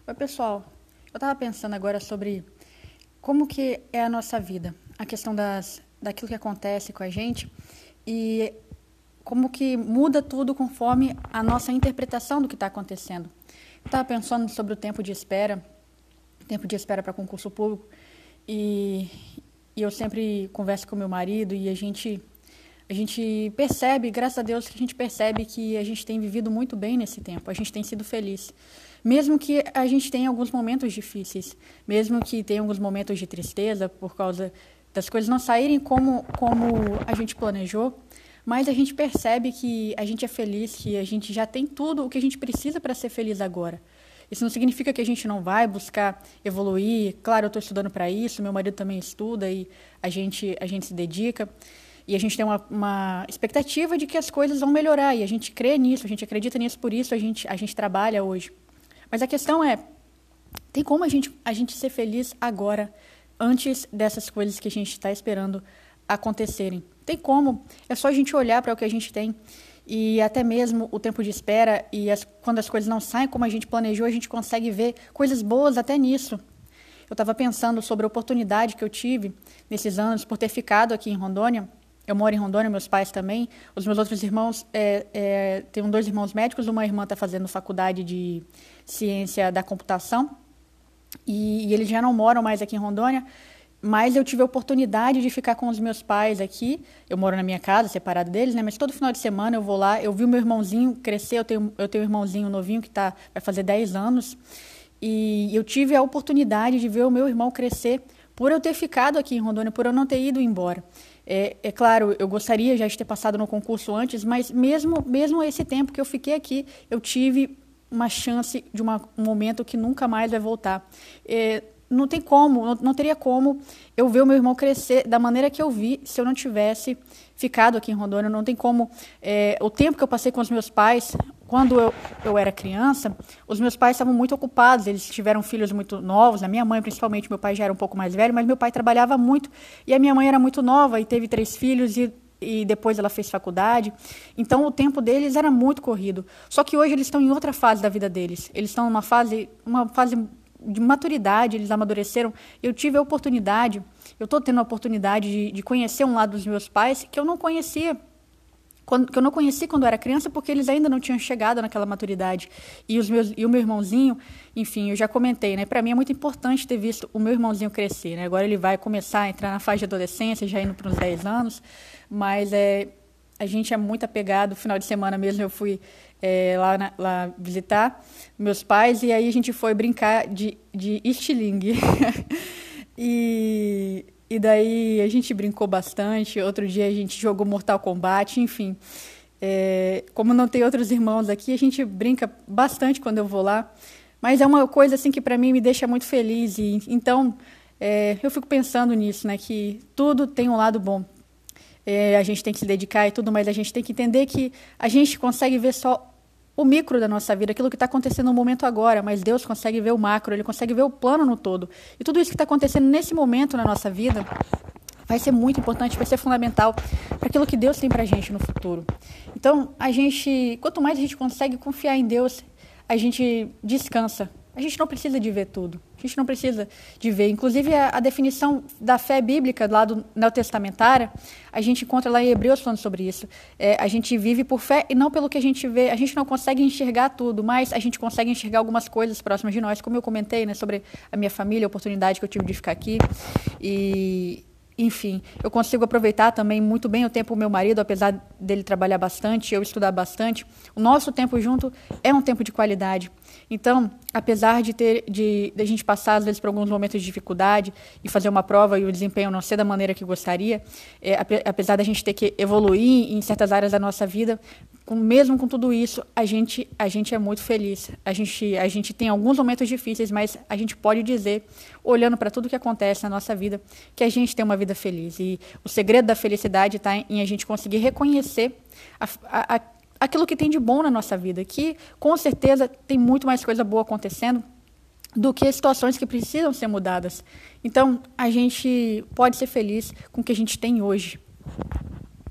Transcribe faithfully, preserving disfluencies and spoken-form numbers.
Oi, pessoal. Eu estava pensando agora sobre como que é a nossa vida, a questão das, daquilo que acontece com a gente e como que muda tudo conforme a nossa interpretação do que está acontecendo. Eu estava pensando sobre o tempo de espera, tempo de espera para concurso público, e, e eu sempre converso com meu marido e a gente, a gente percebe, graças a Deus, que a gente percebe que a gente tem vivido muito bem nesse tempo, a gente tem sido feliz. Mesmo que a gente tenha alguns momentos difíceis, mesmo que tenha alguns momentos de tristeza por causa das coisas não saírem como, como a gente planejou, mas a gente percebe que a gente é feliz, que a gente já tem tudo o que a gente precisa para ser feliz agora. Isso não significa que a gente não vai buscar evoluir. Claro, eu estou estudando para isso, meu marido também estuda e a gente, a gente se dedica. E a gente tem uma, uma expectativa de que as coisas vão melhorar e a gente crê nisso, a gente acredita nisso, por isso a gente, a gente trabalha hoje. Mas a questão é, tem como a gente, a gente ser feliz agora, antes dessas coisas que a gente está esperando acontecerem? Tem como, é só a gente olhar para o que a gente tem e até mesmo o tempo de espera e as, quando as coisas não saem como a gente planejou, a gente consegue ver coisas boas até nisso. Eu estava pensando sobre a oportunidade que eu tive nesses anos por ter ficado aqui em Rondônia. Eu moro em Rondônia, meus pais também. Os meus outros irmãos, é, é, tenho dois irmãos médicos, uma irmã está fazendo faculdade de ciência da computação e, e eles já não moram mais aqui em Rondônia, mas eu tive a oportunidade de ficar com os meus pais aqui. Eu moro na minha casa, separado deles, né? Mas todo final de semana eu vou lá, eu vi o meu irmãozinho crescer, eu tenho, eu tenho um irmãozinho novinho que tá, vai fazer dez anos, e eu tive a oportunidade de ver o meu irmão crescer por eu ter ficado aqui em Rondônia, por eu não ter ido embora. É, é claro, eu gostaria já de ter passado no concurso antes, mas mesmo, mesmo esse tempo que eu fiquei aqui, eu tive uma chance de uma, um momento que nunca mais vai voltar. É, não tem como, não, não teria como eu ver o meu irmão crescer da maneira que eu vi se eu não tivesse ficado aqui em Rondônia. Não tem como, é, o tempo que eu passei com os meus pais, quando eu, eu era criança, os meus pais estavam muito ocupados, eles tiveram filhos muito novos, a minha mãe principalmente, meu pai já era um pouco mais velho, mas meu pai trabalhava muito, e a minha mãe era muito nova e teve três filhos e, e depois ela fez faculdade, então o tempo deles era muito corrido. Só que hoje eles estão em outra fase da vida deles, eles estão numa fase, uma fase de maturidade, eles amadureceram. Eu tive a oportunidade, eu estou tendo a oportunidade de, de conhecer um lado dos meus pais que eu não conhecia, quando, que eu não conheci quando eu era criança, porque eles ainda não tinham chegado naquela maturidade. E, os meus, e o meu irmãozinho, enfim, eu já comentei, né? Para mim é muito importante ter visto o meu irmãozinho crescer, né? Agora ele vai começar a entrar na fase de adolescência, já indo para uns dez anos, mas é, a gente é muito apegado. Final de semana mesmo eu fui é, lá, na, lá visitar meus pais e aí a gente foi brincar de, de estilingue. e, e daí a gente brincou bastante. Outro dia a gente jogou Mortal Kombat, enfim. É, como não tem outros irmãos aqui, a gente brinca bastante quando eu vou lá. Mas é uma coisa assim que para mim me deixa muito feliz. E, então, é, eu fico pensando nisso, né, que tudo tem um lado bom. É, a gente tem que se dedicar e tudo, mas a gente tem que entender que a gente consegue ver só o micro da nossa vida, aquilo que está acontecendo no momento agora, mas Deus consegue ver o macro, Ele consegue ver o plano no todo. E tudo isso que está acontecendo nesse momento na nossa vida vai ser muito importante, vai ser fundamental para aquilo que Deus tem para a gente no futuro. Então, a gente, quanto mais a gente consegue confiar em Deus, a gente descansa. A gente não precisa de ver tudo. A gente não precisa de ver. Inclusive, a, a definição da fé bíblica, lá do neotestamentária, a gente encontra lá em Hebreus falando sobre isso. É, a gente vive por fé e não pelo que a gente vê. A gente não consegue enxergar tudo, mas a gente consegue enxergar algumas coisas próximas de nós, como eu comentei, né, sobre a minha família, a oportunidade que eu tive de ficar aqui. E... Enfim, eu consigo aproveitar também muito bem o tempo com o meu marido, apesar dele trabalhar bastante, eu estudar bastante. O nosso tempo junto é um tempo de qualidade. Então, apesar de ter de, de a gente passar, às vezes, por alguns momentos de dificuldade e fazer uma prova e o desempenho não ser da maneira que gostaria, é, apesar da gente ter que evoluir em certas áreas da nossa vida, com, mesmo com tudo isso, a gente, a gente é muito feliz. A gente, a gente tem alguns momentos difíceis, mas a gente pode dizer, olhando para tudo que acontece na nossa vida, que a gente tem uma vida feliz. E o segredo da felicidade está em a gente conseguir reconhecer a, a, a, aquilo que tem de bom na nossa vida, que com certeza tem muito mais coisa boa acontecendo do que situações que precisam ser mudadas. Então, a gente pode ser feliz com o que a gente tem hoje.